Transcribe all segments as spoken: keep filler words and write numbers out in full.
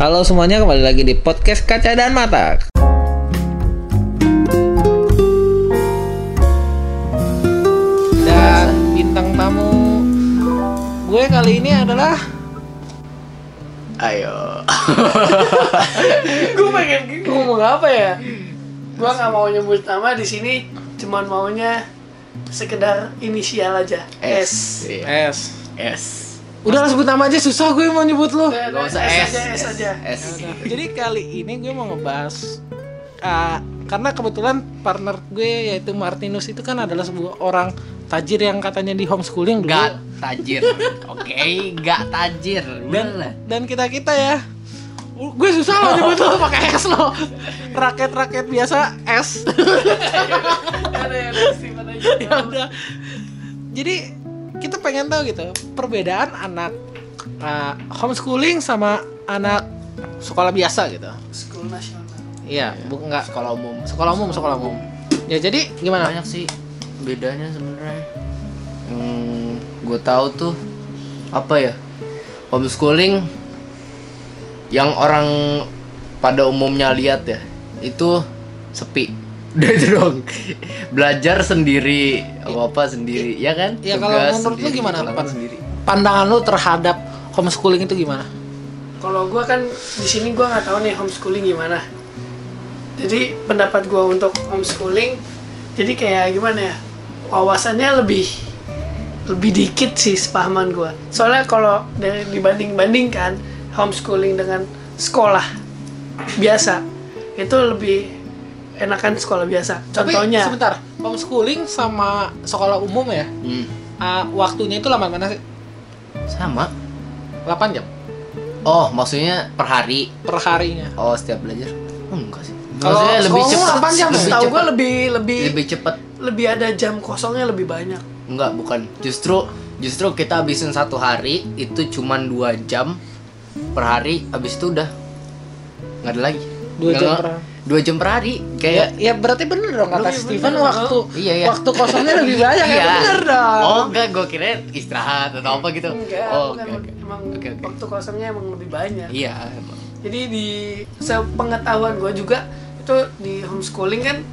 Halo semuanya, kembali lagi di podcast Kaca dan Mata. Dan bintang tamu gue kali ini adalah Ayo. Gue pengen ngomong apa ya? Gue nggak mau nyebut nama di sini, cuman maunya sekedar inisial aja. S. Iya. S. S. Udah sebut nama aja, susah gue mau nyebut lo. Gak Gak usah S S. aja, S aja. S. Jadi kali ini gue mau ngebahas uh, karena kebetulan partner gue yaitu Martinus itu kan adalah sebuah orang tajir yang katanya di homeschooling dulu. Gak tajir. Oke, gak tajir. Dan Bener. dan kita kita ya, gue susah loh nyebut lo pakai S lo. Rakyat rakyat biasa S. Ada yang istimewa aja. Ya udah. Jadi kita pengen tahu gitu perbedaan anak uh, homeschooling sama anak sekolah biasa gitu. School nasional. Iya, bu enggak Sekolah umum. sekolah umum sekolah umum. Ya jadi gimana? Banyak sih bedanya sebenarnya. Hmm, gue tahu tuh apa ya? Homeschooling yang orang pada umumnya lihat ya, itu sepi. Udah itu dong. Belajar sendiri, apa-apa sendiri, ya kan? Ya kalau Tugas menurut lu sendiri, gimana, ulangan Pan? sendiri. Pandangan lu terhadap homeschooling itu gimana? Kalau gue kan di sini gue nggak tahu nih homeschooling gimana. Jadi pendapat gue untuk homeschooling, jadi kayak gimana ya? Wawasannya lebih lebih dikit sih sepahaman gue. Soalnya kalau dari dibanding-bandingkan homeschooling dengan sekolah biasa itu lebih enakan sekolah biasa. Contohnya, Tapi sebentar, homeschooling sama sekolah umum ya, Hmm. uh, waktunya itu lama mana sih? Sama. delapan jam Oh, maksudnya per hari? per harinya. Oh, setiap belajar? Oh, enggak sih. Kalau Maksudnya lebih sekolah cepat. delapan jam, lebih setahu gue cepat. lebih lebih lebih cepat. lebih ada jam kosongnya lebih banyak. Enggak, bukan. Justru justru kita habisin satu hari itu cuman dua jam per hari, habis itu udah nggak ada lagi. Dua Nggak- jam nggak- per- dua jam per hari. Ya, Kayak ya berarti bener dong kata Lebih Steven bener, waktu Iya, iya. waktu kosongnya lebih banyak ya Iya. bener dong. Oh, enggak, gue kira istirahat atau apa gitu. Enggak, Oh, bukan oke, oke. emang Oke, oke. waktu kosongnya emang lebih banyak. Iya, emang. Jadi di sepengetahuan gue juga itu di homeschooling kan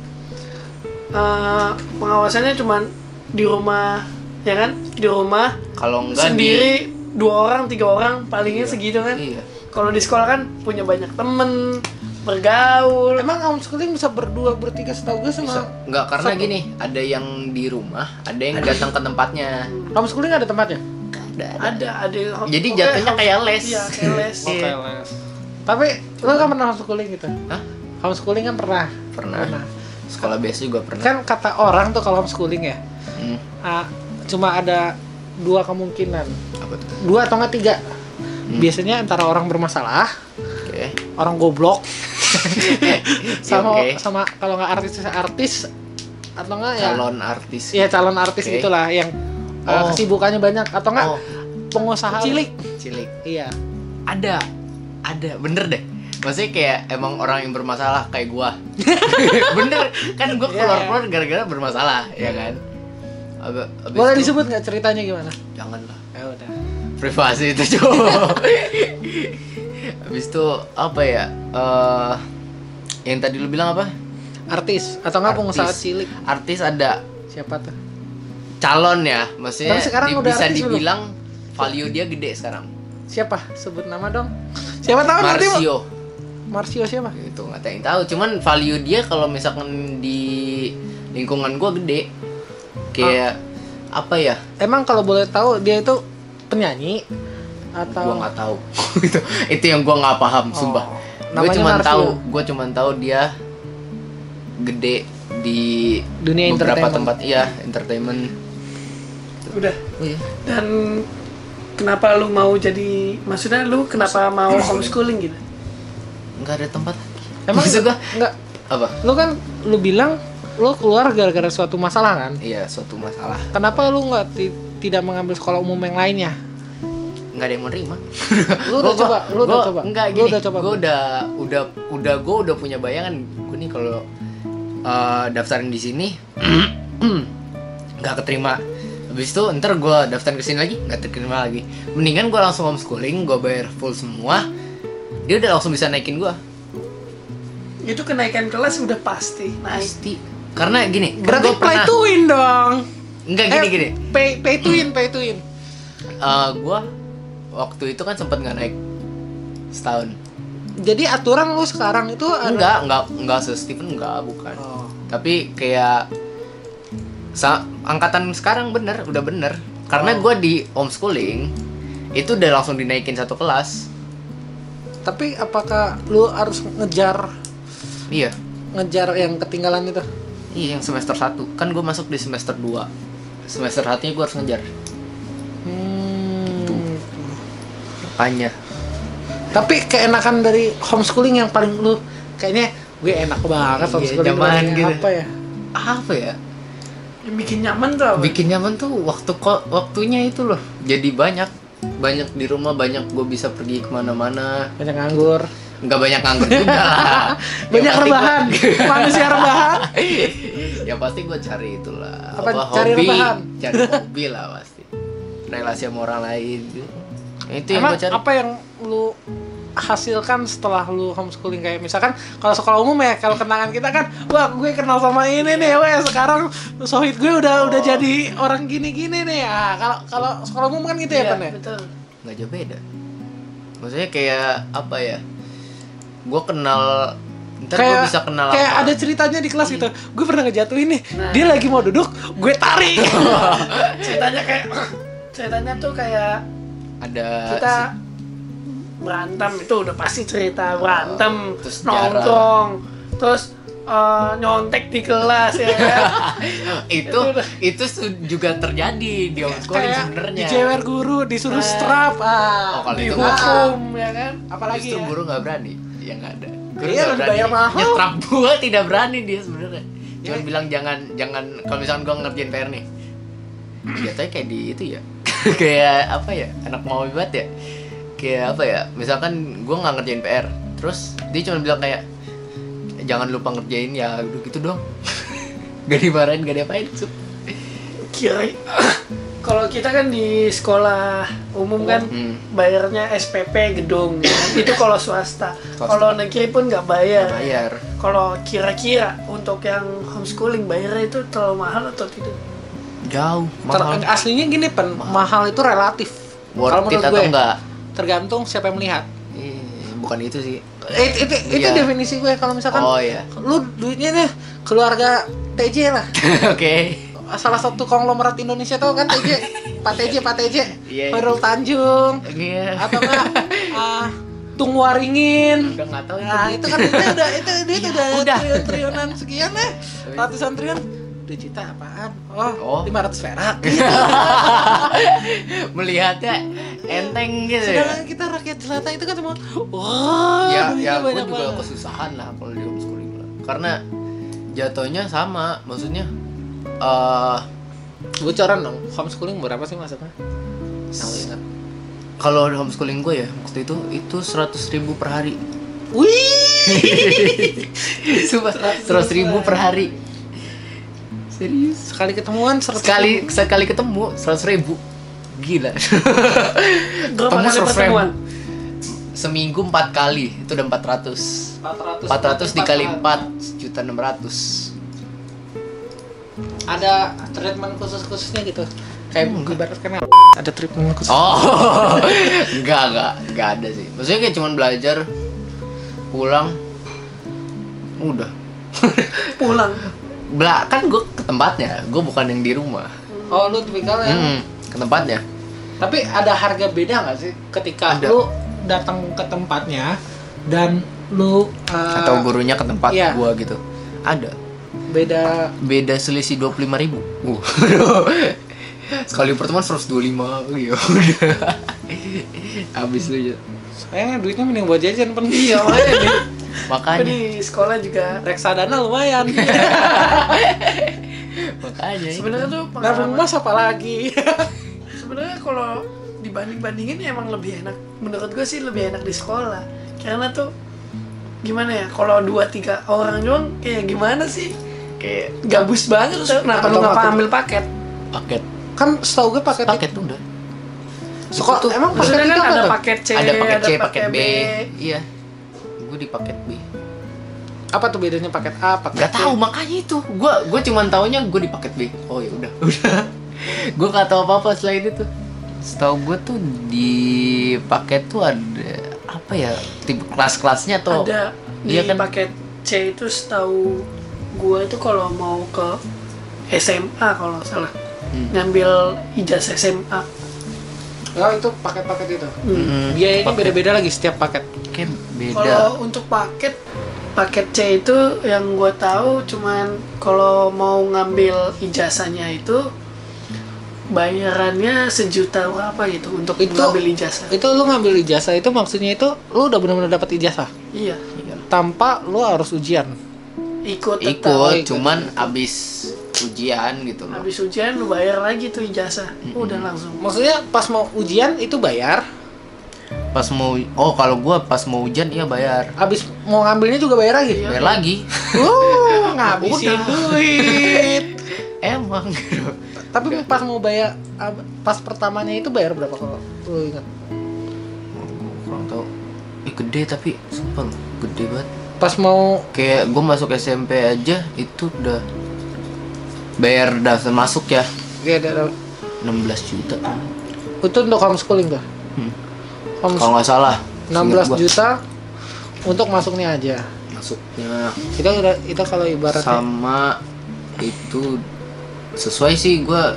eh, pengawasannya cuman di rumah, ya kan? Di rumah Kalau enggak sendiri dua orang tiga orang palingnya Iya. segitu kan. Iya. Kalau di sekolah kan punya banyak temen, bergaul. Emang homeschooling bisa berdua bertiga setahu gue Bisa. sama Enggak, karena Satu. gini, ada yang di rumah, ada yang datang ke tempatnya. homeschooling ada tempatnya. Ada, Ada ada yang home- Jadi oke, jatuhnya home- kayak les. Iya, kayak les. Iya. Oke, les. Tapi lu kan pernah homeschooling gitu? Hah? Homeschooling kan pernah. Pernah. Sekolah biasa juga pernah. Kan kata orang tuh kalau homeschooling ya, Hmm. ah, cuma ada dua kemungkinan, Apa tuh? dua atau enggak tiga. Hmm. Biasanya antara orang bermasalah, Oke. orang goblok, sama Oke. sama kalau nggak artis artis atau enggak ya Calon artis. Iya calon artis Oke. gitulah yang uh, Oh. kesibukannya banyak atau enggak Oh, pengusaha cilik. cilik. Iya. Ada. Ada, bener deh. Maksudnya kayak emang orang yang bermasalah kayak gua. Bener, kan gua Iya, keluar-keluar gara-gara bermasalah, ya kan? Ab- abis Boleh itu- disebut nggak ceritanya gimana? Jangan lah. Ya udah. Privasi itu cuy. Habis itu apa ya? Eh yang tadi lu bilang apa? Artis atau enggak pengusaha Artis. cilik. Artis ada Siapa tuh? calon ya, maksudnya Tapi sekarang di- udah bisa artis belum? dibilang value dia gede sekarang. Siapa? Sebut nama dong. Siapa tahu nanti Pak. Marsio. Marsio siapa? Itu nggak ada yang tahu, cuman value dia kalau misalkan di lingkungan gua gede. Kayak apa ya? Emang kalau boleh tahu dia itu penyanyi atau Gua nggak tahu. itu itu yang gua nggak paham, sumpah. Gue namanya cuma Marsio. tahu, gue cuma tahu dia gede di Dunia beberapa entertainment. tempat, iya, entertainment. Udah. Oh iya. Dan kenapa lu mau jadi, maksudnya lu kenapa mau homeschooling gitu? Nggak ada tempat. Emang Maksud gua enggak? apa? Lu kan lu bilang lu keluar gara-gara suatu masalah kan? Iya, suatu masalah. Kenapa lu nggak ti- tidak mengambil sekolah umum yang lainnya? Nggak ada yang mau nerima. Lu udah Gua- coba, lu udah gua- coba. Enggak Lu gini. udah coba Gue belum? udah udah udah gue udah punya bayangan. Gue nih kalau uh, daftarin di sini nggak keterima. Habis itu ntar gue daftarin ke sini lagi nggak terima lagi. Mendingan gue langsung homeschooling, gue bayar full semua. dia udah langsung bisa naikin gua. Itu kenaikan kelas udah pasti naik. Pasti. Karena gini, kan Berarti gua play pernah to win dong. enggak gini Eh, gini. Pay, pay to win, pay to win. Eh, gua waktu itu kan sempat nggak naik setahun. Jadi aturan lu sekarang itu ada- Enggak, enggak, enggak se-Steven enggak, bukan. Oh. Tapi kayak sa- angkatan sekarang bener, udah bener. Karena Oh. gua di homeschooling itu udah langsung dinaikin satu kelas. Tapi apakah lu harus ngejar Iya, ngejar yang ketinggalan itu? iya yang semester satu. Kan gua masuk di semester dua. Semester satunya gua harus ngejar. Hmm. Makanya. Tapi keenakan dari homeschooling yang paling lu kayaknya gue enak banget Iya, homeschooling. zaman Paling gitu. Apa ya? Apa ya? Yang bikin nyaman tuh apa? Bikin nyaman tuh waktu kok waktunya itu loh. Jadi banyak banyak di rumah, banyak gue bisa pergi kemana-mana. Banyak nganggur. Nggak banyak nganggur juga lah. Banyak Yang pasti rebahan. gua- Manusia rebahan. Ya pasti gue cari itulah. Apa, cari hobi, rebahan? cari hobi lah pasti. Relasi sama orang lain gitu. Itu yang Emang gue cari. apa yang lu hasilkan setelah lu homeschooling, kayak misalkan kalau sekolah umum ya, kalau kenangan kita kan, wah gue kenal sama ini nih, weh sekarang sohib gue udah udah jadi orang gini-gini nih. Ah, kalau kalau sekolah umum kan gitu ya, Iya, Pan ya? betul. Nggak jauh beda. Maksudnya kayak apa ya? Gue kenal. Ntar gue Kayak bisa kenal kayak sama- ada ceritanya di kelas gitu. Gue pernah ngejatuhin nih. Nah. Dia lagi mau duduk, gue tarik. Ceritanya kayak ceritanya tuh kayak ada kita berantem, itu udah pasti cerita berantem, Terus sejarah. nongkrong, terus eh, nyontek di kelas ya kan? itu Itu udah- itu su- juga terjadi di homeschooling Kayak sebenarnya. dijewer guru, disuruh Nah. strap. Oh, Ah, kalau itu Dihukum ya kan? apalagi Justru ya. guru nggak berani, ya nggak ada. Guru Iya, nggak udah bayar mahal. Nyetrap gua tidak berani dia sebenarnya. Cuma Ya. bilang jangan jangan kalau misalkan gua ngerjain P R nih. Jatuhnya kayak di itu ya. Kayak apa ya? Anak mau banget ya. Kayak apa ya? Misalkan gua nggak ngerjain P R, terus dia cuma bilang kayak jangan lupa ngerjain ya udah gitu dong. Gak dimarahin, gak diapain. Sup. Kira kalau kita kan di sekolah umum kan Hmm. bayarnya S P P gedung ya kan? Itu kalau swasta. Swasta. Kalau negeri pun nggak bayar. Bayar. Kalau kira-kira untuk yang homeschooling bayarnya itu terlalu mahal atau tidak? Jauh, Ter- mahal. aslinya gini, Pen, mahal. itu relatif. Kalau Worth it menurut atau gue, enggak? tergantung siapa yang melihat. Eh, bukan itu sih. Eh, itu itu Iya. definisi gue. Kalau misalkan Oh iya. lu duitnya nih keluarga T J lah, Oke. salah satu konglomerat Indonesia tuh kan T J, Pak T J, Pak T J, Iya. Khairul Tanjung, Iya. atau enggak ah, Tung Waringin. Udah nggak tahu itu. Nah itu kan itu udah itu duit Iya, udah, udah. triliun triliunan sekian lah, ratusan triliun. dua juta apaan? Oh, Oh. lima ratus perak. Melihatnya enteng gitu ya. Sedangkan kita rakyat jelata itu kan cuma wah, Ya, duitnya ya gue banyak juga banget. kesusahan lah kalau di homeschooling lah. Karena jatuhnya sama, maksudnya eh Bocoran dong, homeschooling berapa sih maksudnya? Tahu ingat. kalau di homeschooling gue ya waktu itu itu seratus ribu per hari. Wih, Sumpah, seratus ribu per hari. Serius. sekali ketemuan seratus Sekali sekali ketemu seratus ribu. Gila. Berapa Ketemu kali seratus pertemuan? Seminggu empat kali itu udah empat ratus. empat ratus dikali empat juta enam ratus. Ada treatment khusus-khususnya gitu. Kayak ibaratkan ada treatment khusus. Oh, enggak enggak enggak ada sih. Maksudnya kayak cuman belajar, pulang, udah. Pulang. Bela kan gue ke tempatnya, gue bukan yang di rumah. Oh, lu tipikal ya. Hmm, ke tempatnya. Tapi ada harga beda nggak sih ketika Ada. lu datang ke tempatnya dan lu uh, Atau gurunya ke tempat iya. gua gitu. Ada. beda Beda selisih dua puluh lima ribu. Uh. Sekali pertemuan seratus dua puluh lima. Ya udah. Habis lu ya. sayangnya duitnya mending buat jajan penting. Iya, makanya nih. Tapi Makanya. di sekolah juga Reksadana lumayan. Makanya. sebenarnya tuh Nabung pengalaman. emas apalagi. Sebenarnya kalau dibanding-bandingin ya emang lebih enak. Menurut gue sih lebih enak di sekolah. Karena tuh gimana ya? Kalau dua tiga orang doang kayak gimana sih? Kayak Gabus banget tuh. Kenapa lu nggak Otomatis. ambil paket? paket. Kan setahu gue paket Paket udah. sekolah Itu tuh emang paket Maksudnya itu kan apa ada tuh? paket C, Ada paket C, paket B. Iya. Gue di paket B. Apa tuh bedanya paket A, paket Gak C? tahu makanya itu. Gue gue cuman taunya gue di paket B. Oh ya udah, udah. Gue gak tahu apa-apa selain itu. Setahu gue tuh di paket tuh ada apa ya? Tipe kelas-kelasnya atau Ada di Iya kan? paket C itu setahu gue itu kalau mau ke S M A kalau nggak salah Hmm. ngambil ijazah S M A. Oh itu paket-paket itu. Hmm. Hmm, Biayanya paket. beda-beda lagi setiap paket. Kayak beda. Kalau untuk paket paket C itu yang gue tahu cuman kalau mau ngambil ijazahnya itu bayarannya sejuta berapa gitu untuk Itu- ngambil ijazah. Itu lu ngambil ijazah itu maksudnya itu lu udah benar-benar dapat ijazah Iya, tanpa lu harus ujian. ikut tetap. Ikut, Oh, ikut. cuman abis ujian gitu loh. Habis ujian lu bayar lagi tuh ijazah. Udah langsung. Maksudnya pas mau ujian itu bayar, Pas mau oh kalau gua pas mau ujian iya bayar. habis mau ngambilnya juga bayar lagi. Iya. Bayar lagi. Uh, ngabisin Udah. duit. Emang gitu. Tapi pas mau bayar ab- pas pertamanya itu bayar berapa kalau lu ingat? Gua kurang tahu. Ih gede tapi sumpah loh, gede banget. Pas mau Kayak gua masuk S M P aja itu udah bayar daftar masuk ya ya, ada- ada- enam belas juta. itu untuk homeschooling tuh. Hmm. Homes- Kalau nggak salah enam belas seingat gua. juta untuk masuknya aja. Masuknya Itu udah itu kalau ibaratnya sama itu sesuai sih gua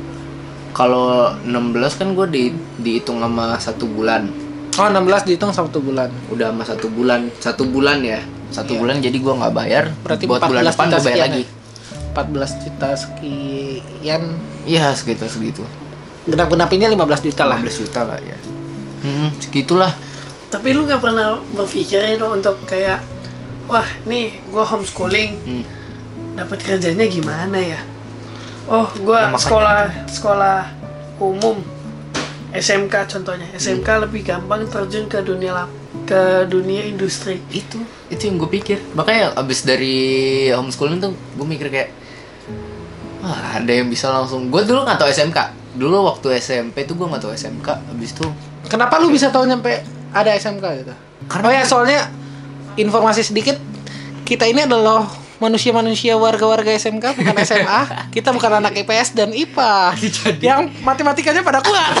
kalau enam belas kan gua di dihitung sama satu bulan. oh enam belas dihitung satu bulan. Udah sama satu bulan satu bulan ya satu Iya. bulan jadi gua nggak bayar. Berarti buat bulan empat belas depan juta gua bayar sekian lagi. ya? empat belas juta sekian. Iya segitu segitu Genap-genapinnya lima belas juta lah. lima belas juta lah ya. Hmm, segitulah. Tapi lu nggak pernah berpikir itu untuk kayak wah nih gue homeschooling Hmm. dapat kerjanya gimana ya? Oh gue Ya, makanya. sekolah sekolah umum S M K contohnya S M K Hmm. lebih gampang terjun ke dunia lap ke dunia industri. Itu itu yang gue pikir. Makanya abis dari homeschooling tuh gue mikir kayak wah ada yang bisa langsung. Gue dulu nggak tahu S M K. Dulu waktu S M P tuh gue nggak tahu S M K. Abis itu Kenapa lu bisa tahu nyampe ada S M K gitu? Karena- oh ya soalnya informasi sedikit, kita ini adalah manusia-manusia warga-warga S M K bukan S M A. Kita bukan anak I P S dan I P A yang matematikanya pada kuat.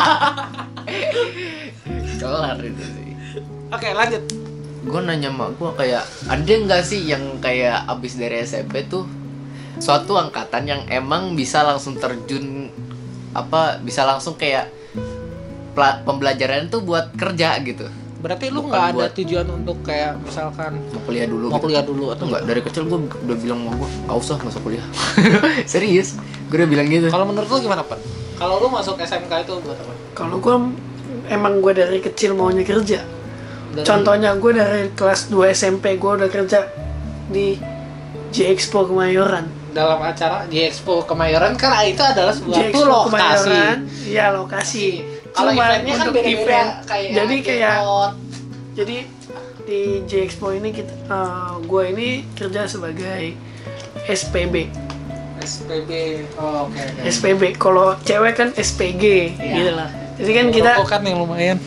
kelar itu sih. Oke lanjut. Gue nanya sama gue kayak ada nggak sih yang kayak abis dari S M P tuh suatu angkatan yang emang bisa langsung terjun apa bisa langsung kayak pela- pembelajaran tuh buat kerja gitu. Berarti lu Bukan nggak ada buat- tujuan untuk kayak misalkan Mau kuliah dulu. mau gitu. kuliah dulu atau Atau enggak dari kecil gue udah bilang sama gue nggak usah masuk kuliah. Serius gue udah bilang gitu. Kalau menurut lu gimana, Pak? Kalau lu masuk S M K itu buat apa? Kalau gue emang gue dari kecil maunya kerja. Dari- Contohnya gue dari kelas dua S M P gue udah kerja di J Expo Kemayoran. dalam acara J Expo Kemayoran kan itu adalah J suatu Expo lokasi. Kemayoran, iya lokasi. Kalau Cuma eventnya kan untuk beda-beda event. kayak jadi kayak keynote. jadi di J Expo ini kita gue ini kerja sebagai S P B. S P B. Oh, oke. oke. S P B kalau cewek kan S P G Iya. gitu lah. Jadi kan kita Rokok kan yang lumayan.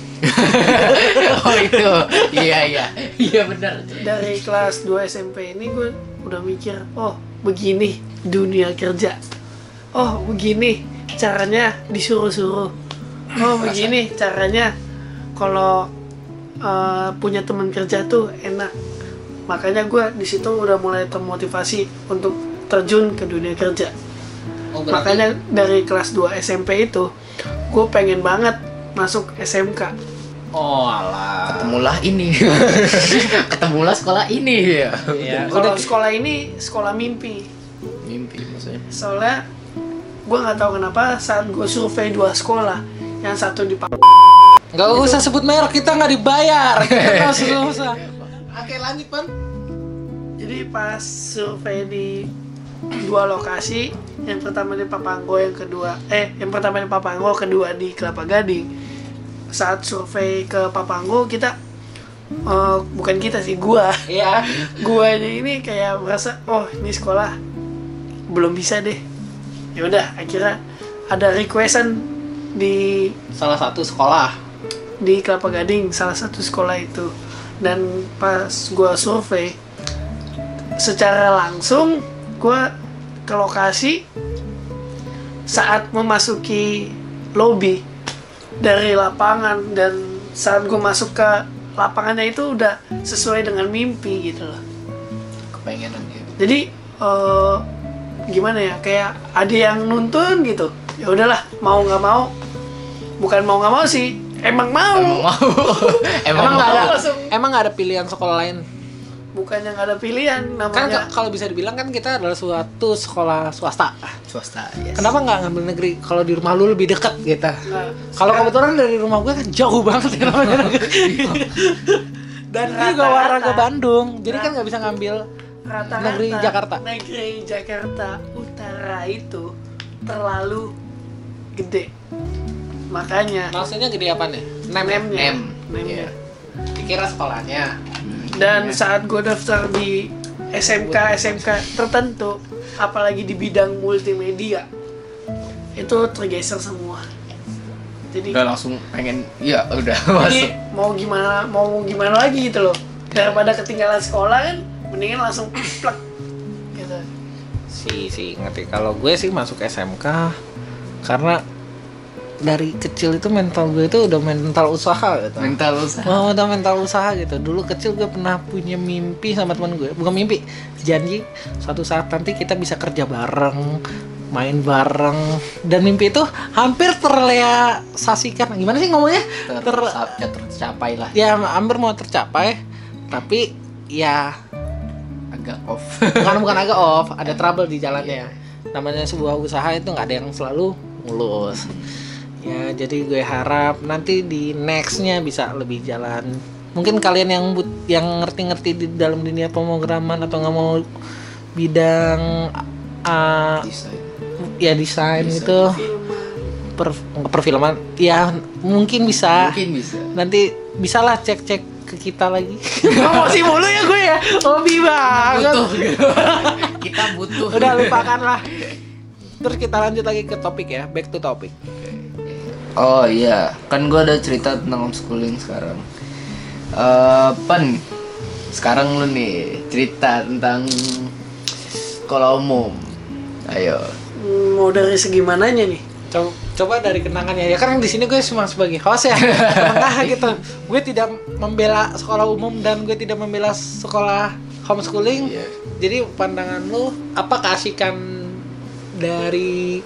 Oh itu iya iya iya benar. dari kelas dua S M P ini gue udah mikir, oh begini dunia kerja, oh begini caranya disuruh-suruh, oh begini caranya kalau uh, punya teman kerja tuh enak. Makanya gue di situ udah mulai termotivasi untuk terjun ke dunia kerja. Oh, berarti- Makanya dari kelas dua S M P itu gue pengen banget masuk S M K. Oh alah. Ketemulah ini. Ketemulah sekolah ini ya. Iya. Kalau Udah sekolah ini sekolah mimpi. Mimpi maksudnya. Soalnya gue nggak tahu kenapa saat gue survei dua sekolah, yang satu di Pak, nggak usah sebut merek, kita nggak dibayar. Kita nggak usah. Oke lanjut Pan. jadi pas survei di dua lokasi, yang pertama di Papanggo, yang kedua eh yang pertama di Papanggo, kedua di Kelapa Gading. Saat survei ke Papanggo kita eh, bukan kita sih gua, Iya. gua ini kayak merasa oh ini sekolah belum bisa deh. Ya udah akhirnya ada requestan di Salah satu sekolah. di Kelapa Gading, salah satu sekolah itu dan pas gue survei secara langsung gue ke lokasi saat memasuki lobi dari lapangan, dan saat gue masuk ke lapangannya itu udah sesuai dengan mimpi gitu loh. Kepengenan gitu. Jadi uh, gimana ya, kayak ada yang nuntun gitu, ya udahlah mau nggak mau, bukan mau nggak mau sih, emang mau. Emang mau. Emang Emang nggak mau. ada, langsung. emang nggak ada pilihan sekolah lain. Bukan yang ada pilihan Kan namanya. k- kalau bisa dibilang kan kita adalah suatu sekolah swasta. Swasta, yes. Kenapa nggak ngambil negeri? Kalau di rumah lu lebih dekat gitu. Nah, Kalau kebetulan dari rumah gue kan jauh banget ya namanya negeri. Dan ini juga Rata-rata. warga Bandung, jadi kan nggak bisa ngambil rata-rata negeri Jakarta. negeri Jakarta Utara itu terlalu gede, makanya Maksudnya gede apa nih? Nem. nemnya Nem. nemnya. Iya. Dikira sekolahnya. Dan saat gue daftar di S M K S M K tertentu, apalagi di bidang multimedia, itu tergeser semua. Jadi, Udah langsung pengen, ya udah jadi masuk. mau gimana mau gimana lagi gitu loh, daripada ketinggalan sekolah kan, mendingan langsung plek gitu. Si si ngerti. Kalau gue sih masuk S M K karena dari kecil itu mental gue itu udah mental usaha gitu. Mental usaha. Oh, udah mental usaha gitu. Dulu kecil gue pernah punya mimpi sama teman gue. Bukan mimpi, janji suatu saat nanti kita bisa kerja bareng, main bareng. Dan mimpi itu hampir terrealisasikan. Gimana sih ngomongnya? Ter, Ter, ya, tercapai lah. ya hampir mau tercapai. Tapi ya Agak off. bukan bukan agak off. Ada trouble di jalannya. Namanya sebuah usaha itu nggak ada yang selalu mulus. Ya, jadi gue harap nanti di nextnya bisa lebih jalan. Mungkin kalian yang but, yang ngerti-ngerti di dalam dunia pemrograman atau nggak mau bidang uh, Desain. ya desain Desain. itu per, perfilman, ya mungkin bisa. Mungkin bisa. Nanti bisalah cek-cek ke kita lagi. Promosi mulu ya gue ya, hobi banget. Butuh gitu. Kita butuh. Udah lupakan lah. Terus kita lanjut lagi ke topik ya, back to topic. Oh iya, kan gue ada cerita tentang homeschooling sekarang. Eh, Pan, sekarang lu nih cerita tentang sekolah umum. Ayo. Hmm, mau dari segi mananya nih? Coba, coba dari kenangannya ya, kan di sini gue cuma sebagai host ya, penengah gitu. Gue tidak membela sekolah umum dan gue tidak membela sekolah homeschooling. Iya. Jadi pandangan lu apa keasikan dari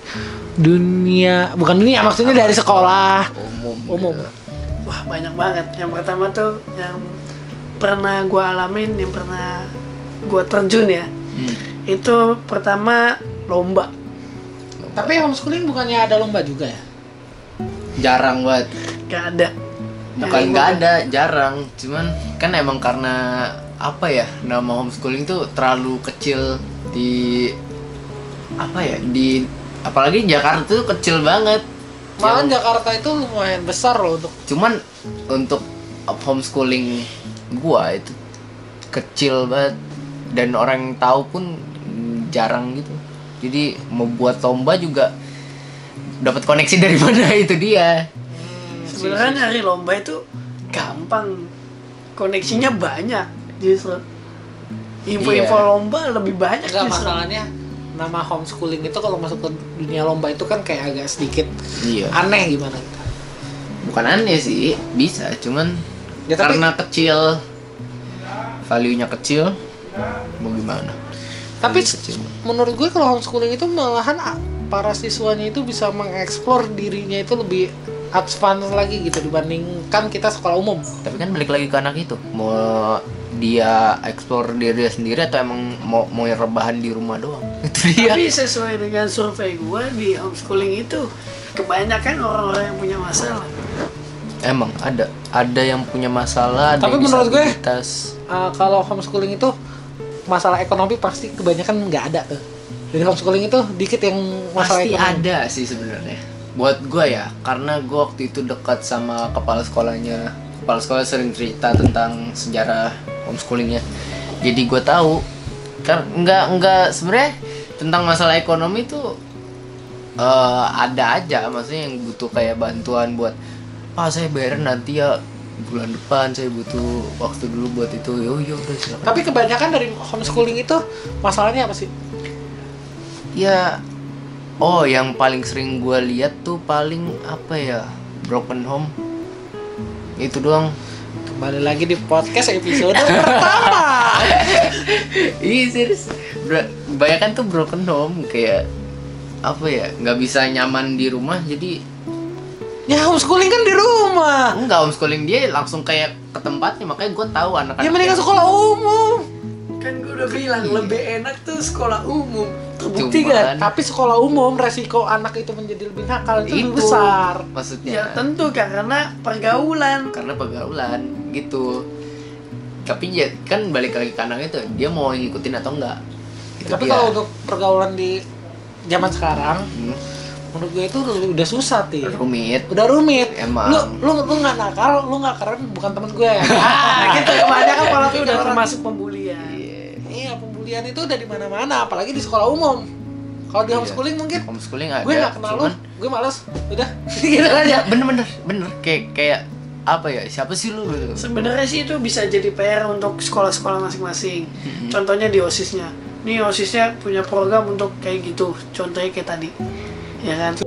dunia, bukan dunia, maksudnya dari sekolah Umum. umum. gitu. Wah, banyak banget. Yang pertama tuh yang pernah gue alamin, yang pernah gue terjun ya, Hmm. itu pertama lomba. Tapi homeschooling bukannya ada lomba juga ya? Jarang banget. Gak ada. Bukan Yang nggak lomba. ada, jarang. Cuman kan emang karena apa ya, nama homeschooling tuh terlalu kecil di apa ya, di apalagi Jakarta tuh kecil banget. Malah Yang- Jakarta itu lumayan besar loh untuk Cuman untuk homeschooling gua itu kecil banget dan orang yang tahu pun mm, jarang gitu. Jadi mau buat lomba juga dapat koneksi dari mana itu dia. Sebenarnya nyari lomba itu gampang, koneksinya banyak justru. Info-info Iya. lomba lebih banyak enggak, justru. masalahnya nama homeschooling itu kalau masuk ke dunia lomba itu kan kayak agak sedikit Iya. aneh gimana gitu. Bukan aneh sih, bisa, cuman Ya, tapi- karena kecil, value-nya kecil, mau gimana? Tapi Value kecil. menurut gue kalau homeschooling itu malahan ah, para siswanya itu bisa mengeksplor dirinya itu lebih advance lagi gitu dibandingkan kita sekolah umum. Tapi kan balik lagi ke anak itu, mau dia eksplor diri dia sendiri atau emang mau mau rebahan di rumah doang? Itu dia. Tapi sesuai dengan survei gue di homeschooling itu, kebanyakan orang-orang yang punya masalah. Emang ada, ada yang punya masalah, ada Tapi yang menurut gue- disabilitas. Uh, kalau homeschooling itu masalah ekonomi pasti kebanyakan nggak ada tuh. Dari homeschooling itu dikit yang masalah Pasti ekonomi. ada sih sebenarnya. Buat gue ya, karena gue waktu itu dekat sama kepala sekolahnya. Kepala sekolah sering cerita tentang sejarah homeschoolingnya. Jadi gue tahu, kan nggak nggak sebenarnya tentang masalah ekonomi tuh eh, ada aja, maksudnya yang butuh kayak bantuan buat, Pak saya bayar nanti ya bulan depan saya butuh waktu dulu buat itu. Yo yo udah silakan. Tapi kebanyakan dari homeschooling itu masalahnya apa sih? Ya, oh yang paling sering gue lihat tuh paling apa ya, broken home. Itu doang. Kembali lagi di podcast episode pertama. Iya serius. Kebanyakan tuh broken home, kayak apa ya, nggak bisa nyaman di rumah jadi. Ya homeschooling kan di rumah. Enggak, homeschooling dia langsung kayak ke tempatnya, makanya gue tahu anak-anak. Ya mendingan sekolah umum. Kan gue udah bilang Iya. lebih enak tuh sekolah umum. Terbukti Cuman- kan? Tapi sekolah umum resiko anak itu menjadi lebih nakal itu, lebih Itu besar. maksudnya. Ya tentu kan, karena pergaulan. Karena pergaulan gitu. Tapi ya kan balik lagi ke anak itu, dia mau ngikutin atau enggak. Itu Tapi dia. kalau untuk pergaulan di zaman sekarang, Hmm, menurut gue itu udah susah Ti. rumit. Udah rumit. Emang. Lu lu lu nggak nakal, lu nggak keren, bukan temen gue. Ah, gitu kebanyakan kalau Itu udah termasuk pembulian. Iya. Iya, pembulian itu udah di mana-mana, apalagi di sekolah umum. Kalau di Iya. homeschooling mungkin Homeschooling ada. gue nggak kenal lu, cuman gue males. Udah, gitu aja. bener-bener bener kayak kayak apa ya? Siapa sih lu? Sebenarnya sih itu bisa jadi P R untuk sekolah-sekolah masing-masing. Contohnya di OSIS-nya. Nih OSIS-nya punya program untuk kayak gitu. Contohnya kayak tadi. Ya kan?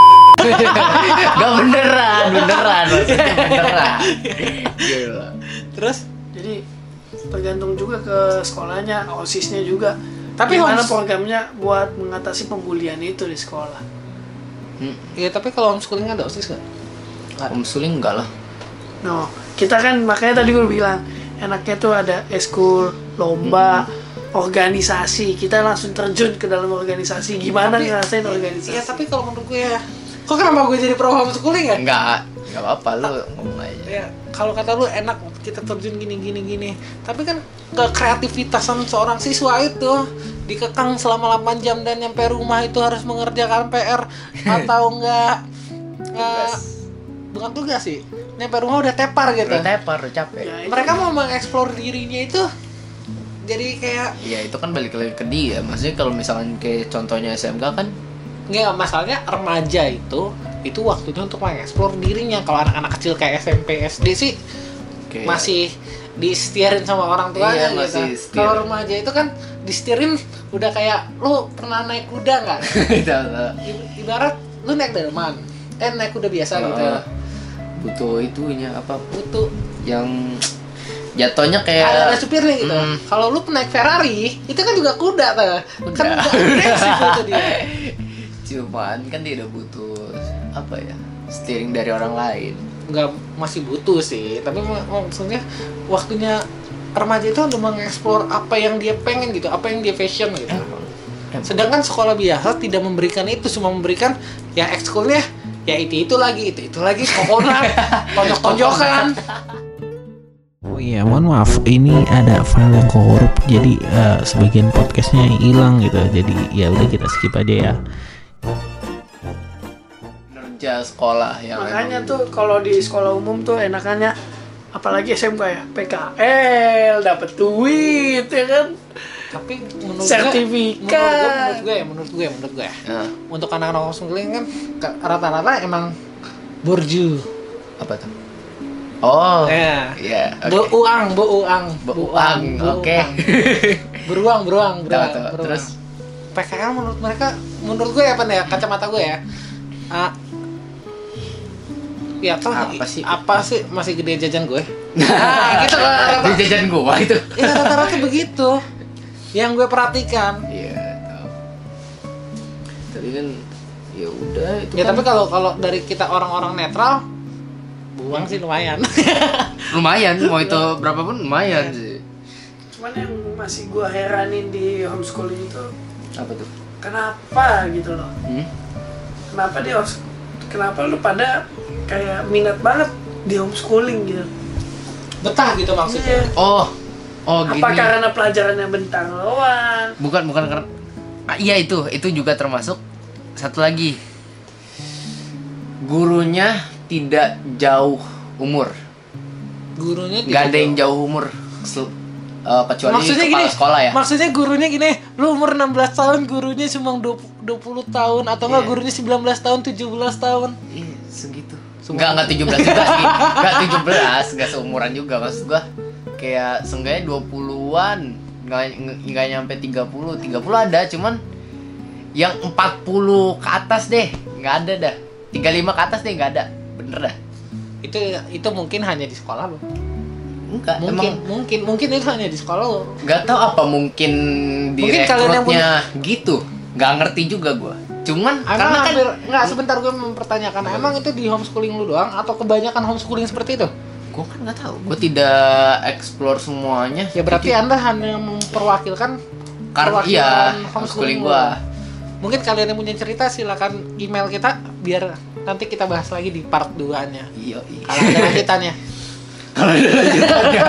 Gak beneran, beneran maksudnya beneran. Gila. Terus Jadi tergantung juga ke sekolahnya, OSIS-nya juga. Tapi Tapi gimana homes- programnya buat mengatasi pembulian itu di sekolah. Hmm, iya, tapi kalau homeschooling ada OSIS nggak? homeschooling enggak lah. No, kita kan makanya tadi gue bilang enaknya tuh ada eskul, lomba, organisasi. Kita langsung terjun ke dalam organisasi. Gimana Tapi- ngerasain Iya, organisasi? tapi kalau menurut gue ya, kok kenapa gue jadi pro homeschooling ya? Enggak, enggak apa-apa lu ngomong aja. Ya, kalau kata lu enak kita terjun gini gini gini. Tapi kan kekreativitasan seorang siswa itu dikekang selama delapan jam dan nyampe rumah itu harus mengerjakan P R atau enggak enggak bukan tugas sih. Nyampe rumah udah tepar gitu. Udah tepar, udah capek. Ya, itu Mereka mau mengeksplor dirinya itu jadi kayak Ya itu kan balik lagi ke dia. Maksudnya kalau misalkan kayak contohnya S M K kan nggak, masalahnya remaja itu itu waktunya untuk mengeksplor dirinya. Kalau anak-anak kecil kayak S M P S D sih kayak masih disetirin sama orang tuanya Iya, masih gitu. setir. Kalau remaja itu kan disetirin udah kayak lu pernah naik kuda nggak? Udah, I- Ibarat lu naik delman, eh naik kuda biasa gitu. uh, butuh itunya apa Butuh yang jatuhnya kayak ada, ada supirnya gitu. Hmm. Kalau lu naik Ferrari, itu kan juga kuda tuh. Kan Kuda. agresif itu dia. Cuman kan dia udah butuh apa ya, steering dari orang lain. Nggak, masih butuh sih, tapi mak- maksudnya waktunya remaja itu untuk mengeksplor apa yang dia pengen gitu, apa yang dia passion gitu. Emang. Sedangkan sekolah biasa tidak memberikan itu, cuma memberikan ya ekskulnya ya itu itu lagi, itu itu lagi, kokonan, tonjok-tonjokan. Oh iya, mohon maaf, ini ada file yang korup, jadi eh, sebagian podcastnya hilang gitu, jadi ya udah kita skip aja ya. Kerja sekolah yang Makanya emang- tuh kalau di sekolah umum tuh enakannya apalagi S M K ya, P K L, dapat duit ya kan. Tapi menurut Sertifikat. gue, menurut gue, menurut gue, menurut gue, Nah, untuk anak-anak homeschooling kan ke- rata-rata emang borju. apa tuh? Oh, Ya. iya. Bu oke. uang, bu uang, Buang, bu oke. uang. Beruang, beruang, Tahu, beruang, tahu. beruang. Terus? P K L menurut mereka, menurut gue apa nih ya, kacamata gue ya. Ah, ya apa, Apa sih? Apa sih masih gede jajan gue? Nah, gitu lah. Di jajan gua itu. Ya rata-rata begitu. Yang gue perhatikan. Iya, tahu. Tapi kan ya udah itu Ya kan tapi kalau kalau dari kita orang-orang netral, buang sih lumayan. lumayan, mau itu berapapun lumayan Iya. sih. Cuman yang masih gua heranin di homeschooling itu Apa tuh? kenapa gitu loh. Hmm? Kenapa di hos- kenapa lu pada kayak minat banget di homeschooling gitu. Betah gitu maksudnya. Iya. Oh, oh gini. Apa karena pelajarannya bentang doang? Bukan, bukan karena ah, iya itu, itu juga termasuk satu lagi. Gurunya tidak jauh umur. Gurunya Nggak ada tidak yang jauh umur. Sel- eh, kecuali maksudnya kepala gini, sekolah ya. Maksudnya gurunya gini, lu umur enam belas tahun, gurunya cuma dua puluh tahun atau enggak Iya. gurunya sembilan belas tahun, tujuh belas tahun. Iya, segitu. Enggak, enggak tujuh belas juga sih. Enggak tujuh belas, enggak seumuran juga maksud gua. Kayak seenggaknya dua puluhan, enggak enggak nyampe tiga puluh. tiga puluh ada, cuman yang empat puluh ke atas deh, enggak ada dah. tiga puluh lima ke atas deh enggak ada. Bener dah. Itu itu mungkin hanya di sekolah lo. Enggak, Mungkin emang mungkin mungkin itu hanya di sekolah lo. enggak tahu apa mungkin di Mungkin kalian yang rekrutnya gitu. Enggak ngerti juga gua. Cuman Emang karena kan hampir, nggak sebentar gue mempertanyakan, emang itu di homeschooling lu doang atau kebanyakan homeschooling seperti itu? gue kan nggak tahu, gue tidak explore semuanya. Ya berarti Jadi, anda hanya memperwakilkan karena iya perwakilan homeschooling lu. gue. Mungkin kalian yang punya cerita silakan email kita biar nanti kita bahas lagi di part dua-nya. Iya, iya. Kalau ada lanjutannya. Kalau ada lanjutannya.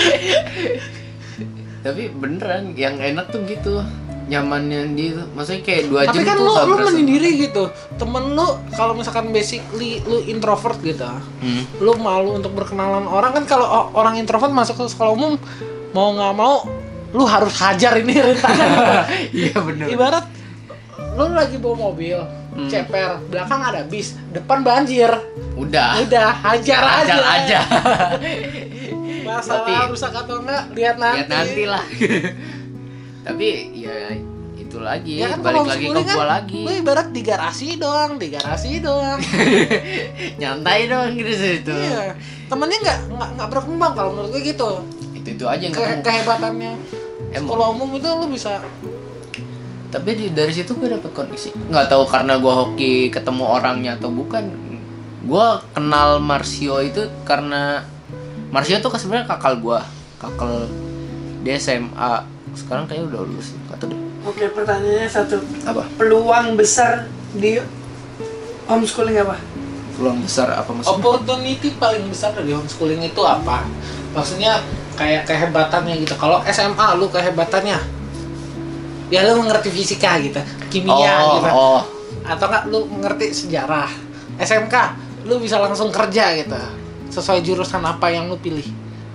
Tapi beneran yang enak tuh gitu, nyamannya di maksudnya kayak dua jam Tapi kan tuh lu nggak lu berasa. menyendiri gitu. Temen lu kalau misalkan basically lu introvert gitu. Hmm. Lu malu untuk berkenalan orang kan, kalau o- orang introvert masuk ke sekolah umum mau nggak mau lu harus hajar ini rintangan. Iya bener. Ibarat lu lagi bawa mobil, Hmm. ceper, belakang ada bis, depan banjir. Udah. Udah hajar, Hajar aja. aja. Masalah Tapi- rusak atau enggak lihat nanti. Lihat nanti lah. Tapi ya itu lagi, Ya kan balik kalau lagi ke homeschooling gua kan, lagi. lu ibarat di garasi doang, di garasi doang. Nyantai dong gitu situ. Iya. Temennya nggak nggak nggak berkembang kalau menurut gue gitu. Itu itu aja yang Ke- ketemu. kehebatannya Emang. sekolah umum itu lu bisa. Tapi di, dari situ gue dapet koneksi. Nggak tahu karena gue hoki ketemu orangnya atau bukan. Gue kenal Marsio itu karena Marsio tuh sebenarnya kakak gue, kakak dia S M A. Sekarang kayaknya udah lulus, kata deh. Oke, pertanyaannya satu. Apa? Peluang besar di homeschooling apa? Peluang besar apa maksudnya? Opportunity paling besar dari homeschooling itu apa? Maksudnya kayak kehebatannya gitu. Kalau S M A lu kehebatannya ya lu mengerti fisika gitu, kimia Oh, gitu. oh. Atau enggak lu mengerti sejarah. S M K lu bisa langsung kerja gitu. Sesuai jurusan apa yang lu pilih.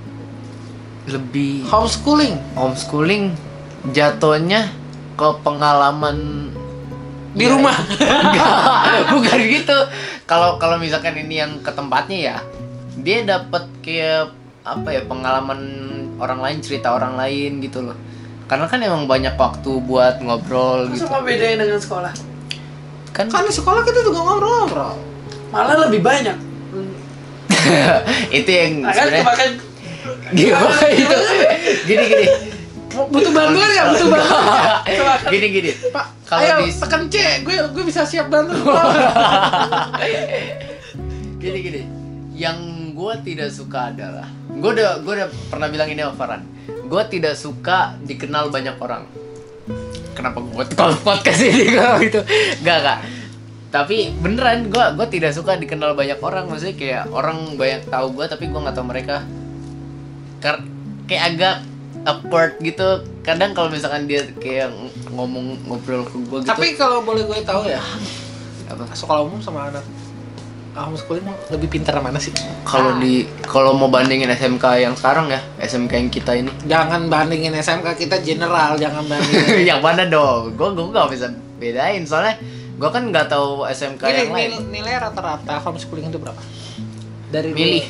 Lebih Homeschooling homeschooling jatuhnya ke pengalaman di ya, rumah. Enggak, bukan gitu. Kalau kalau misalkan ini yang ke tempatnya ya, dia dapat kayak apa ya, pengalaman orang lain, cerita orang lain gitu loh. Karena kan emang banyak waktu buat ngobrol gitu. Apa bedanya dengan sekolah? Kan Kan di sekolah kita juga ngobrol-ngobrol. Malah lebih banyak. itu yang Nah, kan sebenarnya kemakan gimana itu. Gini gini. Butuh bantuan nggak? Butuh bantuan. Gini gini. Pak, Kalau ayo di- tekan C, gue gue bisa siap bantu. Gini gini. Yang gue tidak suka adalah, gue udah gue udah pernah bilang ini sama Farhan. Gue tidak suka dikenal banyak orang. Kenapa gue kalau podcast ini kalau gitu? Gak gak. Tapi beneran gue gue tidak suka dikenal banyak orang. Maksudnya kayak orang banyak tahu gue tapi gue nggak tahu mereka. Kar kayak agak awkward gitu. Kadang kalau misalkan dia kayak ng- ngomong ngobrol ke gue gitu. Tapi kalau boleh gue tahu ya, apa? sekolah umum sama anak homeschooling lebih pintar mana sih? Kalau di kalau mau bandingin S M K yang sekarang ya, S M K yang kita ini. Jangan bandingin S M K kita general, jangan bandingin. Yang mana dong? Gue gue nggak bisa bedain soalnya gue kan nggak tahu S M K Gini, yang lain. nil- nilai rata-rata homeschooling itu berapa? Dari Milih.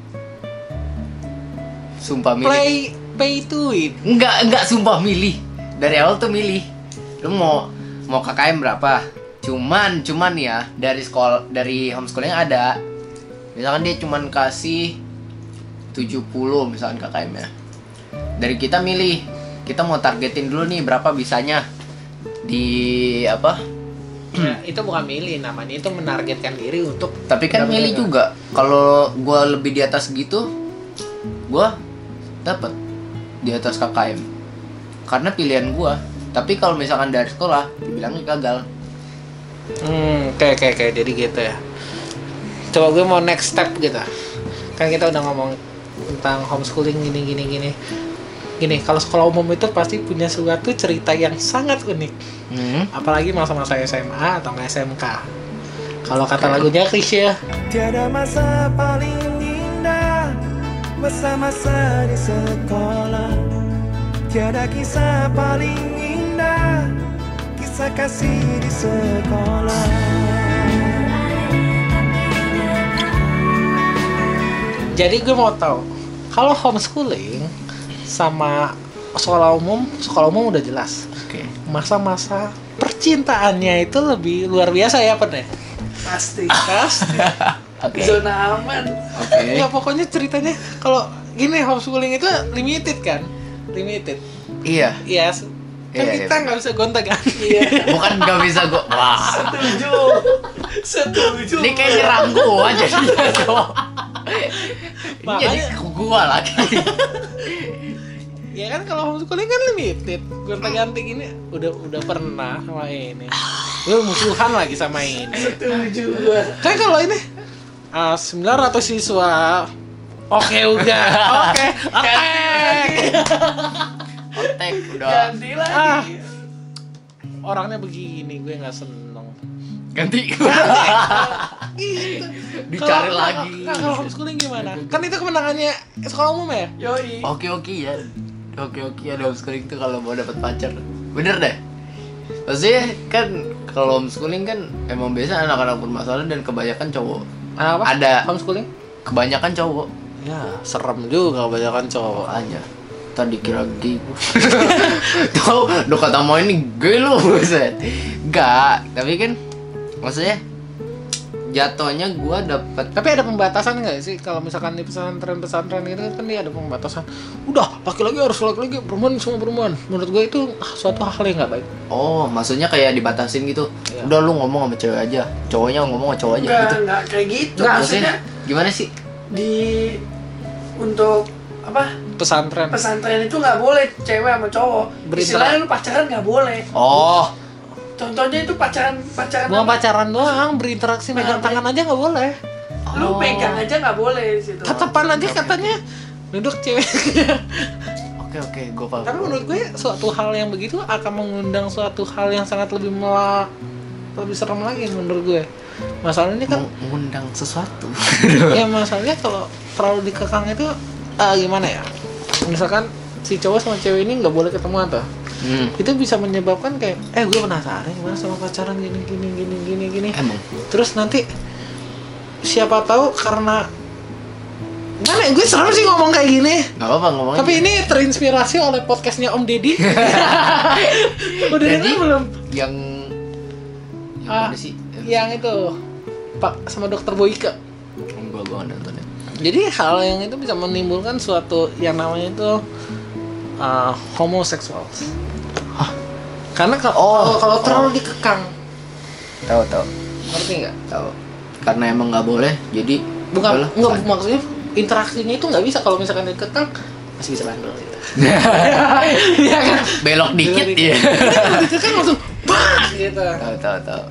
Sumpah milih. play pay to win. Enggak enggak sumpah milih. Dari awal tuh milih. Lu mau mau K K M berapa? Cuman cuman ya dari sekolah dari homeschooling ada. Misalkan dia cuman kasih tujuh puluh misalkan K K M ya. Dari kita milih. Kita mau targetin dulu nih berapa bisanya di apa? Ya, itu bukan milih namanya, itu menargetkan diri untuk. Tapi kan Dapat milih juga. juga. Kalau gua lebih di atas gitu, gua dapat di atas K K M. Karena pilihan gua. Tapi kalau misalkan dari sekolah, dibilangnya gagal. Hmm, oke oke oke, jadi gitu ya. Coba gue mau next step gitu. Kan kita udah ngomong tentang homeschooling gini gini gini. Gini, kalau sekolah umum itu pasti punya suatu cerita yang sangat unik. Hmm. Apalagi masa-masa S M A atau S M K. Kalau kata lagunya Krisya, Tiada masa paling indah masa-masa di sekolah. Tiada kisah paling indah kisah kasih di sekolah. Jadi gue mau tahu, kalau homeschooling sama sekolah umum, sekolah umum udah jelas. Oke. Masa-masa percintaannya itu lebih luar biasa ya, Pen ya? Pasti. Pasti. Oke. Zona aman. Oke. Ya pokoknya ceritanya kalau gini homeschooling itu limited kan? Limited. Iya. Iya. Kan Iya, kita iya. nggak bisa gonta-ganti. Iya. Bukan nggak bisa gua. Wah. Setuju. Setuju. Ini kayak nyerang gua jadinya dong. Ini jadi Makanya- ke gua lagi. Ya kan kalau homeschooling kan limited. Gonta-ganti gini udah udah pernah sama ini. Lu musuhan lagi sama ini. Setuju gua. Kan kalau ini ah, sembilan ratus siswa. Oke udah. Oke. Oke. Otek udah. Ganti lagi. Ah. Orangnya begini, gue nggak seneng. Ganti. Gitu. Dicari Kalau- lagi. Kalau kalau homeschooling gimana? Kan itu kemenangannya sekolah umum ya? Yoi. Oke oke ya. Oke oke ada homeschooling tuh kalau mau dapat pacar. Bener deh. Maksudnya kan kalau homeschooling kan emang biasa anak-anak bermasalah dan kebanyakan cowok. Ah, apa? Ada. Homeschooling? Kebanyakan cowok. Ya, serem juga kebanyakan cowok. Aja. Tadi kira gay gua. Tahu, udah kata mau ini gay lu, buset. Enggak, tapi kan maksudnya jatuhnya gua dapat Tapi ada pembatasan nggak sih kalau misalkan di pesantren-pesantren itu kan dia ada pembatasan. Udah, laki-laki harus laki-laki, perempuan semua perempuan. Menurut gue itu ah, suatu hal yang nggak baik. oh, maksudnya kayak dibatasin gitu. Iya. Udah lu ngomong sama cewek aja, cowoknya ngomong sama cowok aja Enggak, gitu. enggak kayak gitu. Enggak, Maksudnya Gimana sih? di untuk apa? Pesantren. Pesantren itu nggak boleh cewek sama cowok. Berinteraksi. Istilahnya lu pacaran nggak boleh. Oh, Contohnya itu pacaran pacaran Bukan apa? pacaran doang, berinteraksi megang Nah, tangan aja nggak boleh. Lu Oh. pegang aja nggak boleh di situ. Tatapan aja katanya duduk cewek. oke oke, gua paham. Tapi menurut gue suatu hal yang begitu akan mengundang suatu hal yang sangat lebih mela lebih serem lagi menurut gue. Masalahnya kan Meng- mengundang sesuatu. ya masalahnya kalau terlalu dikekang itu ah, gimana ya? Misalkan si cowok sama cewek ini nggak boleh ketemuan tuh. Hmm. Itu bisa menyebabkan kayak eh gue penasaran gimana sama pacaran gini gini gini gini gini. Emang. Terus nanti siapa tahu karena gimana ya? Gue serem sih ngomong kayak gini. Gak apa-apa ngomong Tapi aja. ini terinspirasi oleh podcastnya Om Deddy. Udah Jadi, denger belum? yang yang Ah, mana sih? Yang itu Pak sama Dokter Boyke. Gua gua nggak nonton ya. Jadi hal yang itu bisa menimbulkan suatu yang namanya itu uh, homoseksual. Karena kalau Oh, kalau terlalu oh. dikekang, Tahu tahu ngerti nggak? tahu. Karena emang nggak boleh, jadi Bukan, udahlah, nggak san- maksudnya interaksinya itu nggak bisa kalau misalkan dikekang masih bisa bandel gitu. Iya kan? belok dikit Belok ya. Kalau dikekang langsung bah gitu. Tahu tahu tahu.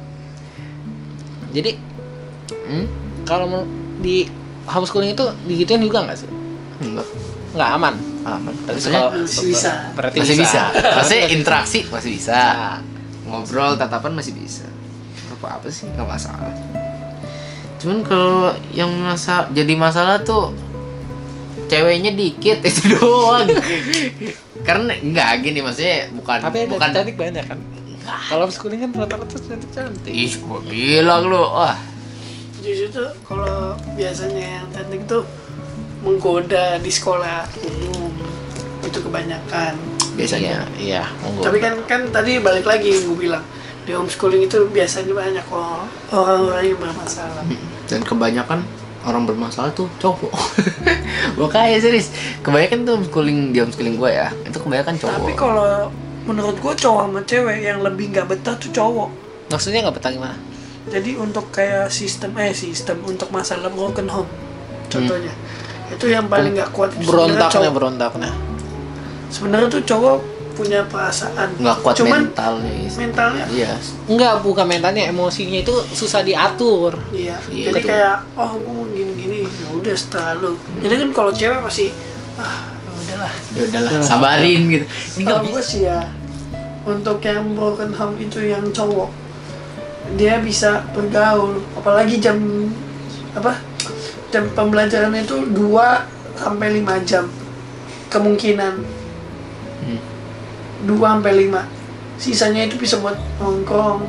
Jadi Hmm? kalau men- di homeschooling itu digituin juga nggak sih? Enggak. Nggak aman. Aman. Tapi Maksudnya kalau- Masih bisa. Berarti masih bisa. Maksudnya Berarti interaksi masih bisa. bisa. Ngobrol, tatapan masih bisa. Apa apa sih nggak masalah. Cuman kalau yang masa jadi masalah tuh ceweknya dikit itu doang. Karena enggak gini maksudnya bukan Tapi ada bukan cantik banyak kan. Kalau homeschooling kan rata-rata cantik-cantik. ih gua bilang lu wah Justru tuh kalau biasanya yang cantik tuh menggoda di sekolah umum itu kebanyakan. biasanya. Iya, monggo. Tapi kan kan tadi balik lagi yang gue bilang di homeschooling itu biasanya banyak kok orang-orang yang bermasalah. Dan kebanyakan orang bermasalah tuh cowok. Gua kayak serius. Kebanyakan tuh homeschooling di homeschooling gua ya. Itu kebanyakan cowok. Tapi kalau menurut gue cowok sama cewek yang lebih nggak betah tuh cowok. Maksudnya nggak betah gimana? Jadi untuk kayak sistem eh sistem untuk masalah broken home contohnya itu yang paling nggak kuat itu sebenarnya Berontaknya, cowok. berontaknya. Sebenarnya tuh cowok punya perasaan nggak kuat cuman mentalnya. mentalnya Iya. Enggak, bukan mentalnya, emosinya itu susah diatur. iya Iya, jadi betul. kayak oh gue mau gini-gini ya udah setelah lu jadi kan kalau cewek pasti ah ya udahlah Ya udahlah, sabarin gitu. Ini nggak kalau gue sih ya untuk yang broken home itu yang cowok dia bisa bergaul apalagi jam apa jam pembelajaran itu dua sampai lima jam kemungkinan Hmm. dua sampai lima sisanya itu bisa buat nongkrong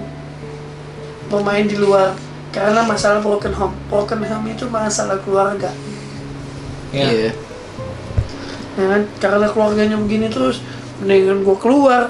bermain di luar karena masalah broken home broken home itu masalah keluarga Iya. Iya. Ya kan? Karena keluarganya begini terus, mendingan gue keluar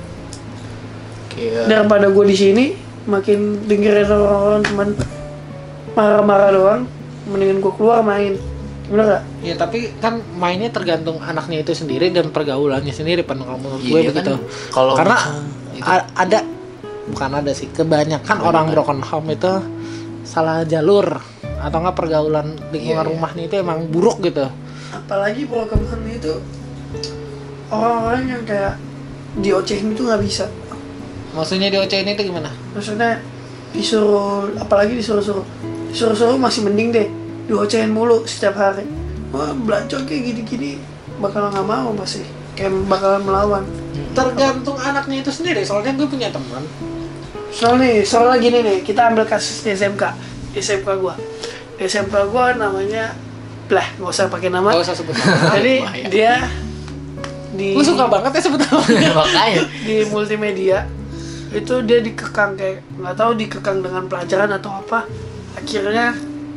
Kayak daripada gue di sini makin dengerin orang-orang cuman marah-marah doang. Mendingan gue keluar main, bener gak? Ya tapi kan mainnya tergantung anaknya itu sendiri dan pergaulannya sendiri pen kalau menurut gue Iya begitu. kan, kalau Karena itu- a- ada bukan ada sih kebanyakan Kebanyakan. orang broken home itu salah jalur atau enggak pergaulan lingkungan Iya, iya. rumahnya itu emang buruk gitu. Apalagi broken home itu orang-orang yang kayak diocehin itu nggak bisa. Maksudnya di O C ini itu gimana? Maksudnya disuruh, apalagi disuruh-suruh disuruh-suruh masih mending deh, diocehin mulu setiap hari. Wah belajar kayak gini-gini bakal nggak mau pasti, kayak bakalan melawan. Tergantung anaknya itu sendiri. Soalnya gue punya teman. Soalnya nih, soalnya gini nih, kita ambil kasus di S M K, di S M K gua, di S M K gua namanya, lah nggak usah pakai nama. Gak usah sebut nama. Jadi bahaya. dia di Gue suka banget ya sebut nama. makanya di multimedia itu dia dikekang kayak nggak tahu dikekang dengan pelajaran atau apa, akhirnya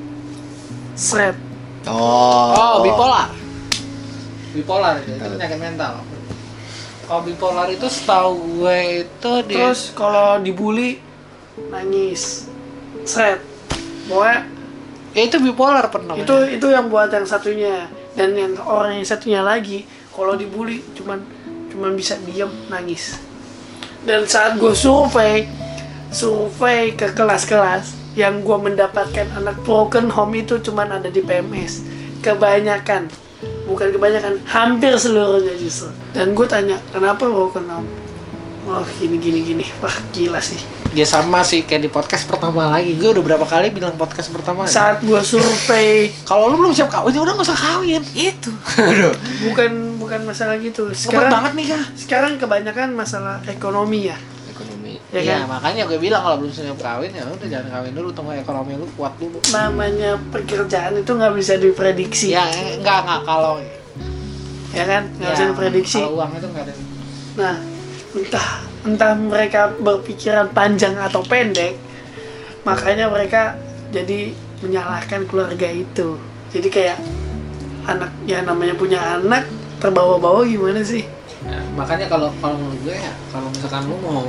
seret. Oh, bipolar. Bipolar itu, itu penyakit mental. Kalau bipolar itu setahu gue itu dia Terus kalau dibully nangis, seret. Pokoknya ya itu bipolar pernah. itu itu yang buat yang satunya, dan yang orang yang satunya lagi kalau dibully cuman cuman bisa diem nangis. Dan saat gue survei survei ke kelas-kelas yang gue mendapatkan anak broken home itu cuman ada di P M S, kebanyakan, bukan kebanyakan, hampir seluruhnya justru. Dan gue tanya kenapa broken home, oh gini gini gini, wah gila sih. Ya sama sih kayak di podcast pertama lagi. Gue udah berapa kali bilang podcast pertama. Saat gue survei, Kalau lu belum siap kawin ya udah nggak usah kawin. itu. Aduh. bukan bukan masalah gitu. Cepet Sekarang banget nih kah? sekarang kebanyakan masalah ekonomi ya, Ekonomi. ya Ya, kan? makanya gue bilang kalau belum siap kawin ya udah jangan kawin dulu, tunggu ekonomi lu kuat dulu. Namanya pekerjaan itu nggak bisa diprediksi, Ya enggak enggak kalau ya kan? Nggak bisa ya, diprediksi. Kalau uang itu enggak ada. Nah, entah entah mereka berpikiran panjang atau pendek, makanya mereka jadi menyalahkan keluarga itu. Jadi kayak anak, ya namanya punya anak terbawa-bawa gimana sih? Ya, makanya kalau kalau menurut gue ya kalau misalkan lu mau,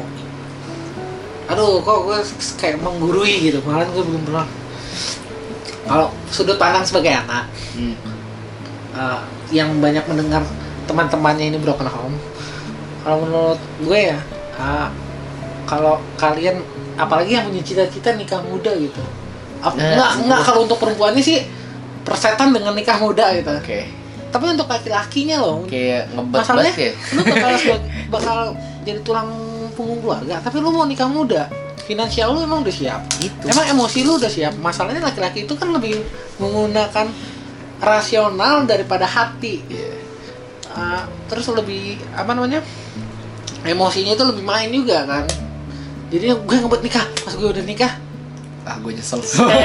aduh kok gue kayak menggurui gitu, malah gue belum pernah. Kalau sudut pandang sebagai anak Hmm. uh, yang banyak mendengar teman-temannya ini broken home, kalau menurut gue ya uh, kalau kalian apalagi yang punya cita-cita nikah muda gitu, Ap- Nah, nggak nggak gua- kalau untuk perempuannya sih persetan dengan nikah muda gitu, Oke. tapi untuk laki-lakinya loh, Kayak ngebet masalahnya banget ya. lu bakal sebag- bakal jadi tulang punggung keluarga, tapi lu mau nikah muda, finansial lu emang udah siap, Itu. emang emosi lu udah siap. Masalahnya laki-laki itu kan lebih menggunakan rasional daripada hati. Iya. Uh, terus lebih apa namanya, emosinya itu lebih main juga kan. Jadi gue ngebet nikah, pas gue udah nikah Ah, gue nyesel.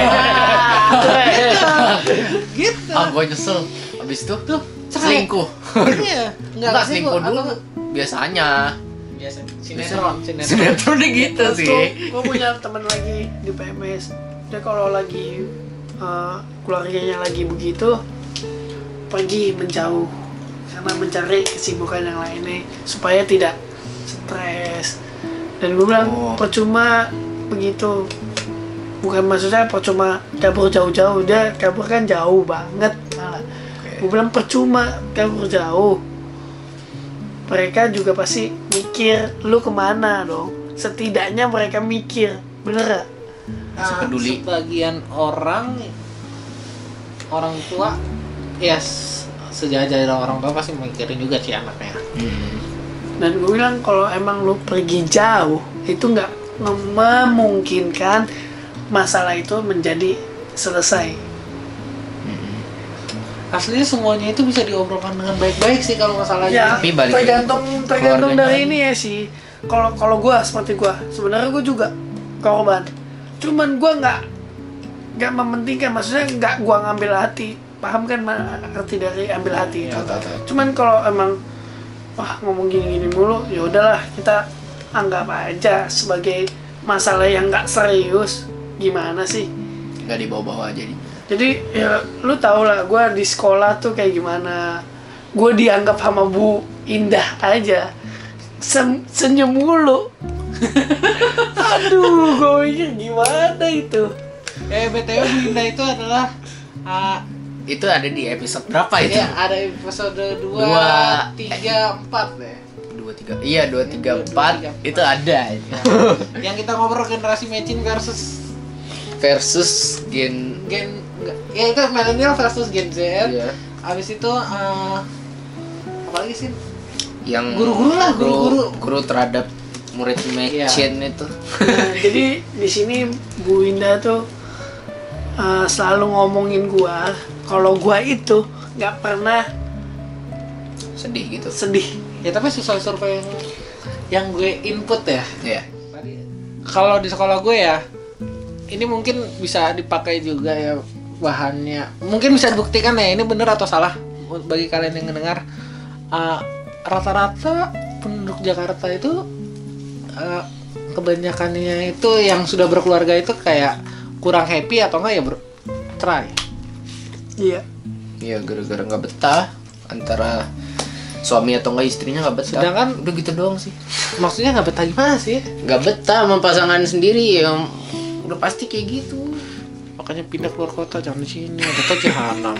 gitu. ah, gue nyesel. Habis itu Tuh cerai. selingkuh. Iya, Enggak selingkuh dulu. atau- Biasanya. biasa sinetron sinetron Sinetronnya gitu sih. Gue punya teman lagi di P M S, dia kalau lagi uh, keluarganya lagi begitu pergi menjauh karena mencari kesibukan yang lainnya supaya tidak stres. Dan gue bilang Oh. percuma begitu, bukan maksudnya percuma kabur jauh-jauh, dia kabur kan jauh banget malah. Gue bilang percuma kabur jauh, mereka juga pasti mikir lu kemana dong. Setidaknya mereka mikir, bener gak? Ah, peduli. sebagian orang orang tua ya s- sejajar orang tua pasti mikirin juga sih anaknya. Hmm. Dan gue bilang kalau emang lu pergi jauh itu nggak memungkinkan masalah itu menjadi selesai. Aslinya semuanya itu bisa diobrolkan dengan baik-baik sih kalau masalahnya. Ya Tapi balik tergantung tergantung keluarganya dari lagi. ini ya sih. Kalau kalau gue seperti gue, sebenarnya gue juga korban. Cuman gue nggak nggak mementingkan, maksudnya nggak gue ngambil hati. Paham kan ma- arti dari ambil hati itu? Ya, tahu, tahu. Cuman kalau emang wah ngomong gini-gini mulu, ya udahlah kita anggap aja sebagai masalah yang nggak serius. Gimana sih? Nggak dibawa-bawa jadi. Jadi ya lu tau lah gue di sekolah tuh kayak gimana. Gue dianggap sama Bu Indah aja Sem- senyum mulu. Aduh, gue mikir gimana itu. Eh, B T W Bu Indah itu adalah uh, Itu ada di episode berapa itu? ya, ada episode dua, tiga, empat deh. dua tiga Iya, dua tiga empat itu ada. Ya. Yang kita ngobrol generasi Mecin versus Versus gen Gen ya itu millennial versus Gen Z. Iya. Abis itu uh, apa lagi sih? yang Guru-guru lah, guru-guru. guru terhadap murid Iya. Mecin itu. Nah, jadi di sini Bu Indah tuh uh, selalu ngomongin gua kalau gua itu nggak pernah Sedih gitu. sedih. Ya tapi sesuai survei yang yang gue input ya. Iya. Tadi kalau di sekolah gue ya, ini mungkin bisa dipakai juga ya bahannya. Mungkin bisa dibuktikan ya ini benar atau salah bagi kalian yang mendengar. Uh, rata-rata penduduk Jakarta itu uh, kebanyakannya itu yang sudah berkeluarga itu kayak kurang happy atau enggak ya bro? Cerai. Iya. Iya, gara-gara nggak betah antara suami atau enggak istrinya nggak betah. Sedangkan- udah gitu doang sih. Maksudnya nggak betah gimana sih? Nggak betah sama pasangan sendiri yang udah pasti kayak gitu. Makanya pindah keluar kota, jangan di sini. Ada tuh jahanam.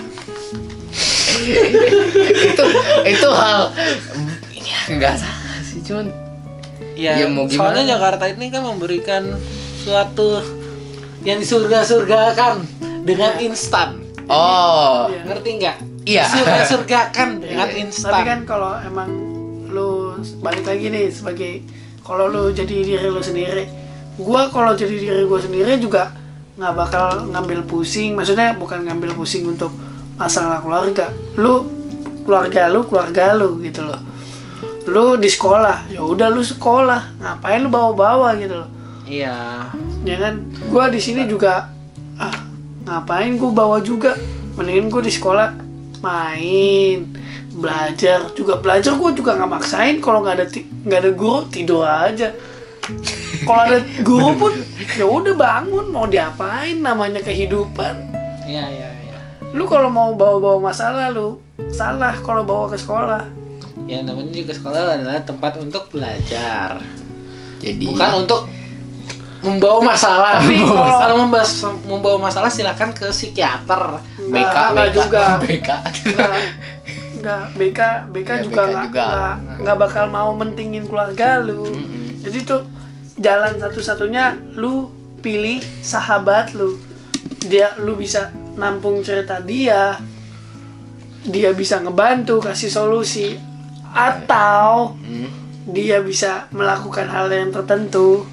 itu itu hal ini nggak salah sih, cuman Ya, Ya, mau soalnya gimana? Jakarta ini kan memberikan suatu yang disurga-surgakan dengan instan. oh Iya. Ngerti nggak? Iya. Surga-surgakan dengan Tapi instan. kan kalau emang lu balik lagi nih sebagai kalau lu jadi diri lu sendiri, gua kalau jadi diri gua sendiri juga nggak bakal ngambil pusing. Maksudnya bukan ngambil pusing untuk masalah keluarga. Lu keluarga lu keluarga lu gitu loh. Lu di sekolah, ya udah lu sekolah. Ngapain lu bawa-bawa gitu loh. Iya. Ya kan? Gua di sini juga ah ngapain gua bawa juga. Mendingan gua di sekolah main, belajar juga belajar gue juga nggak maksain. Kalau nggak ada ti- nggak ada guru tidur aja. Kalau ada guru pun ya udah bangun, mau diapain, namanya kehidupan. Iya, iya, iya. Lu kalau mau bawa-bawa masalah lu salah kalau bawa ke sekolah. Ya namanya juga sekolah adalah tempat untuk belajar. jadi Bukan untuk membawa masalah. Tapi Kalau kalau- kalau membahas membawa masalah silakan ke psikiater. B K Nggak, nggak B K juga. B K Nggak, nggak B K B K Ya, juga B K nggak juga. nggak nggak bakal mau mentingin keluarga lu. Mm-mm. Jadi tuh jalan satu-satunya lu pilih sahabat lu. Dia lu bisa nampung cerita dia. Dia bisa ngebantu kasih solusi atau Hmm, dia bisa melakukan hal yang tertentu.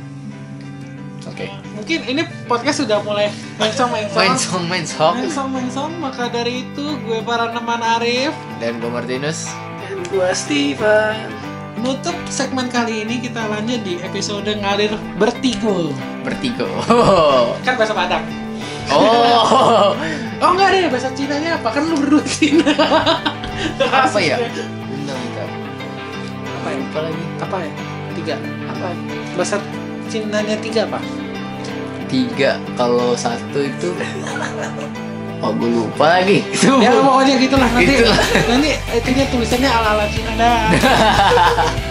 oke. Mungkin ini podcast sudah mulai mensong mensong. Main song main song Mensong mensong. Maka dari itu gue para teman Arif dan gue Martinus. Dan gua Steven. nutup segmen kali ini. Kita lanjut di episode ngalir bertigo. Bertiga. Oh. Kan bahasa Padang. Oh. Oh enggak deh, bahasa Cinanya apa? Kan lu berdua Cina. Apa ya? Bentar, bentar. Apa ya? Lupa lagi. Apa ya? Tiga. Apa? Bahasa Cinanya tiga apa? Tiga. Kalau satu itu oh gue lupa lagi. Itu Ya pokoknya gitulah nanti. Itulah. Nanti itunya tulisannya ala-ala Cina dah.